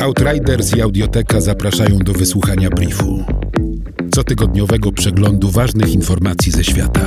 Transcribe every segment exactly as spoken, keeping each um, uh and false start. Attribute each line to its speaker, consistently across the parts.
Speaker 1: Outriders i Audioteka zapraszają do wysłuchania briefu, cotygodniowego przeglądu ważnych informacji ze świata.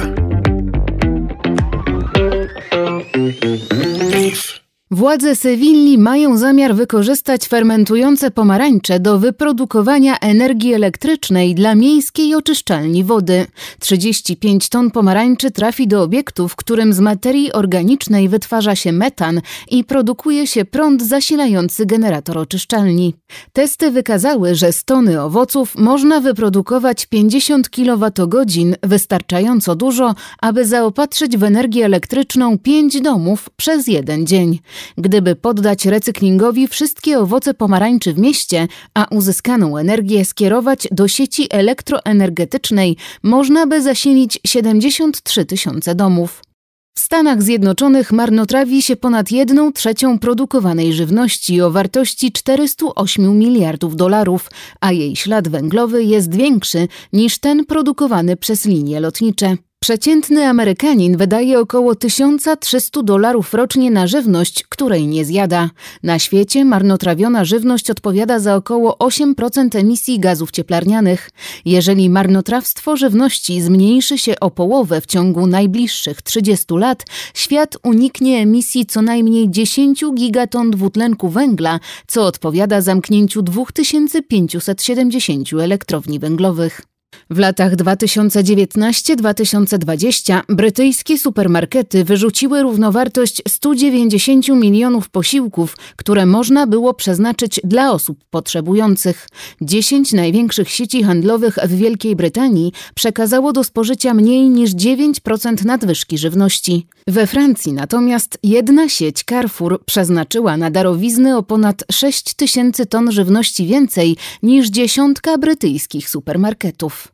Speaker 1: Brief.
Speaker 2: Władze Sewilli mają zamiar wykorzystać fermentujące pomarańcze do wyprodukowania energii elektrycznej dla miejskiej oczyszczalni wody. trzydzieści pięć ton pomarańczy trafi do obiektu, w którym z materii organicznej wytwarza się metan i produkuje się prąd zasilający generator oczyszczalni. Testy wykazały, że z tony owoców można wyprodukować pięćdziesiąt kilowatogodzin, wystarczająco dużo, aby zaopatrzyć w energię elektryczną pięć domów przez jeden dzień. Gdyby poddać recyklingowi wszystkie owoce pomarańczy w mieście, a uzyskaną energię skierować do sieci elektroenergetycznej, można by zasilić siedemdziesiąt trzy tysiące domów. W Stanach Zjednoczonych marnotrawi się ponad jedną trzecią produkowanej żywności o wartości czterysta osiem miliardów dolarów, a jej ślad węglowy jest większy niż ten produkowany przez linie lotnicze. Przeciętny Amerykanin wydaje około tysiąc trzysta dolarów rocznie na żywność, której nie zjada. Na świecie marnotrawiona żywność odpowiada za około osiem procent emisji gazów cieplarnianych. Jeżeli marnotrawstwo żywności zmniejszy się o połowę w ciągu najbliższych trzydziestu lat, świat uniknie emisji co najmniej dziesięć gigaton dwutlenku węgla, co odpowiada zamknięciu dwa tysiące pięćset siedemdziesiąt elektrowni węglowych. W latach dwa tysiące dziewiętnastym do dwa tysiące dwudziestego brytyjskie supermarkety wyrzuciły równowartość sto dziewięćdziesiąt milionów posiłków, które można było przeznaczyć dla osób potrzebujących. Dziesięć największych sieci handlowych w Wielkiej Brytanii przekazało do spożycia mniej niż dziewięć procent nadwyżki żywności. We Francji natomiast jedna sieć Carrefour przeznaczyła na darowizny o ponad sześć tysięcy ton żywności więcej niż dziesiątka brytyjskich supermarketów.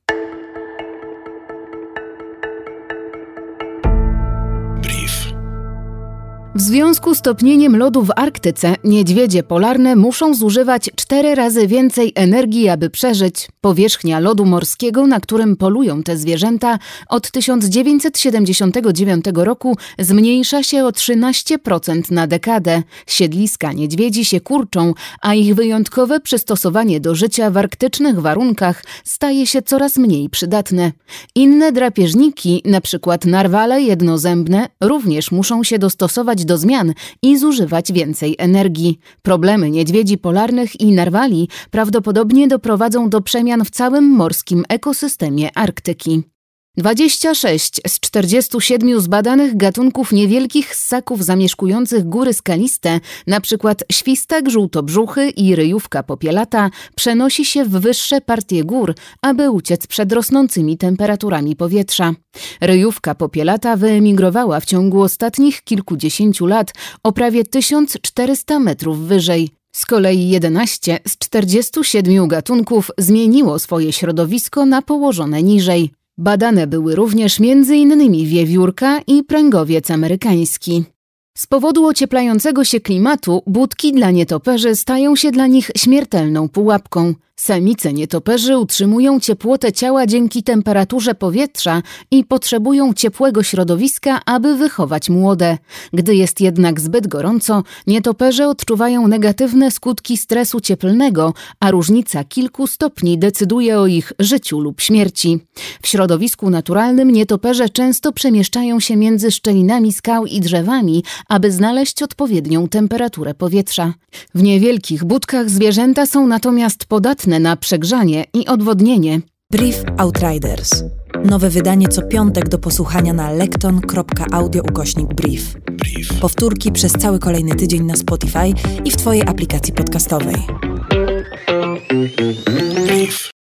Speaker 2: W związku z topnieniem lodu w Arktyce niedźwiedzie polarne muszą zużywać cztery razy więcej energii, aby przeżyć. Powierzchnia lodu morskiego, na którym polują te zwierzęta, od tysiąc dziewięćset siedemdziesiątego dziewiątego roku zmniejsza się o trzynaście procent na dekadę. Siedliska niedźwiedzi się kurczą, a ich wyjątkowe przystosowanie do życia w arktycznych warunkach staje się coraz mniej przydatne. Inne drapieżniki, np. narwale jednozębne, również muszą się dostosować do zmian i zużywać więcej energii. Problemy niedźwiedzi polarnych i narwali prawdopodobnie doprowadzą do przemian w całym morskim ekosystemie Arktyki. dwadzieścia sześć z czterdziestu siedmiu zbadanych gatunków niewielkich ssaków zamieszkujących góry skaliste, np. świstak żółtobrzuchy i ryjówka popielata, przenosi się w wyższe partie gór, aby uciec przed rosnącymi temperaturami powietrza. Ryjówka popielata wyemigrowała w ciągu ostatnich kilkudziesięciu lat o prawie tysiąc czterysta metrów wyżej. Z kolei jedenaście z czterdziestu siedmiu gatunków zmieniło swoje środowisko na położone niżej. Badane były również między innymi wiewiórka i pręgowiec amerykański. Z powodu ocieplającego się klimatu budki dla nietoperzy stają się dla nich śmiertelną pułapką. Samice nietoperzy utrzymują ciepłotę ciała dzięki temperaturze powietrza i potrzebują ciepłego środowiska, aby wychować młode. Gdy jest jednak zbyt gorąco, nietoperze odczuwają negatywne skutki stresu cieplnego, a różnica kilku stopni decyduje o ich życiu lub śmierci. W środowisku naturalnym nietoperze często przemieszczają się między szczelinami skał i drzewami, aby znaleźć odpowiednią temperaturę powietrza. W niewielkich budkach zwierzęta są natomiast podatne na przegrzanie i odwodnienie.
Speaker 3: Brief Outriders. Nowe wydanie co piątek do posłuchania na lekton kropka audio ukośnik brief. Brief. Powtórki przez cały kolejny tydzień na Spotify i w Twojej aplikacji podcastowej. Brief.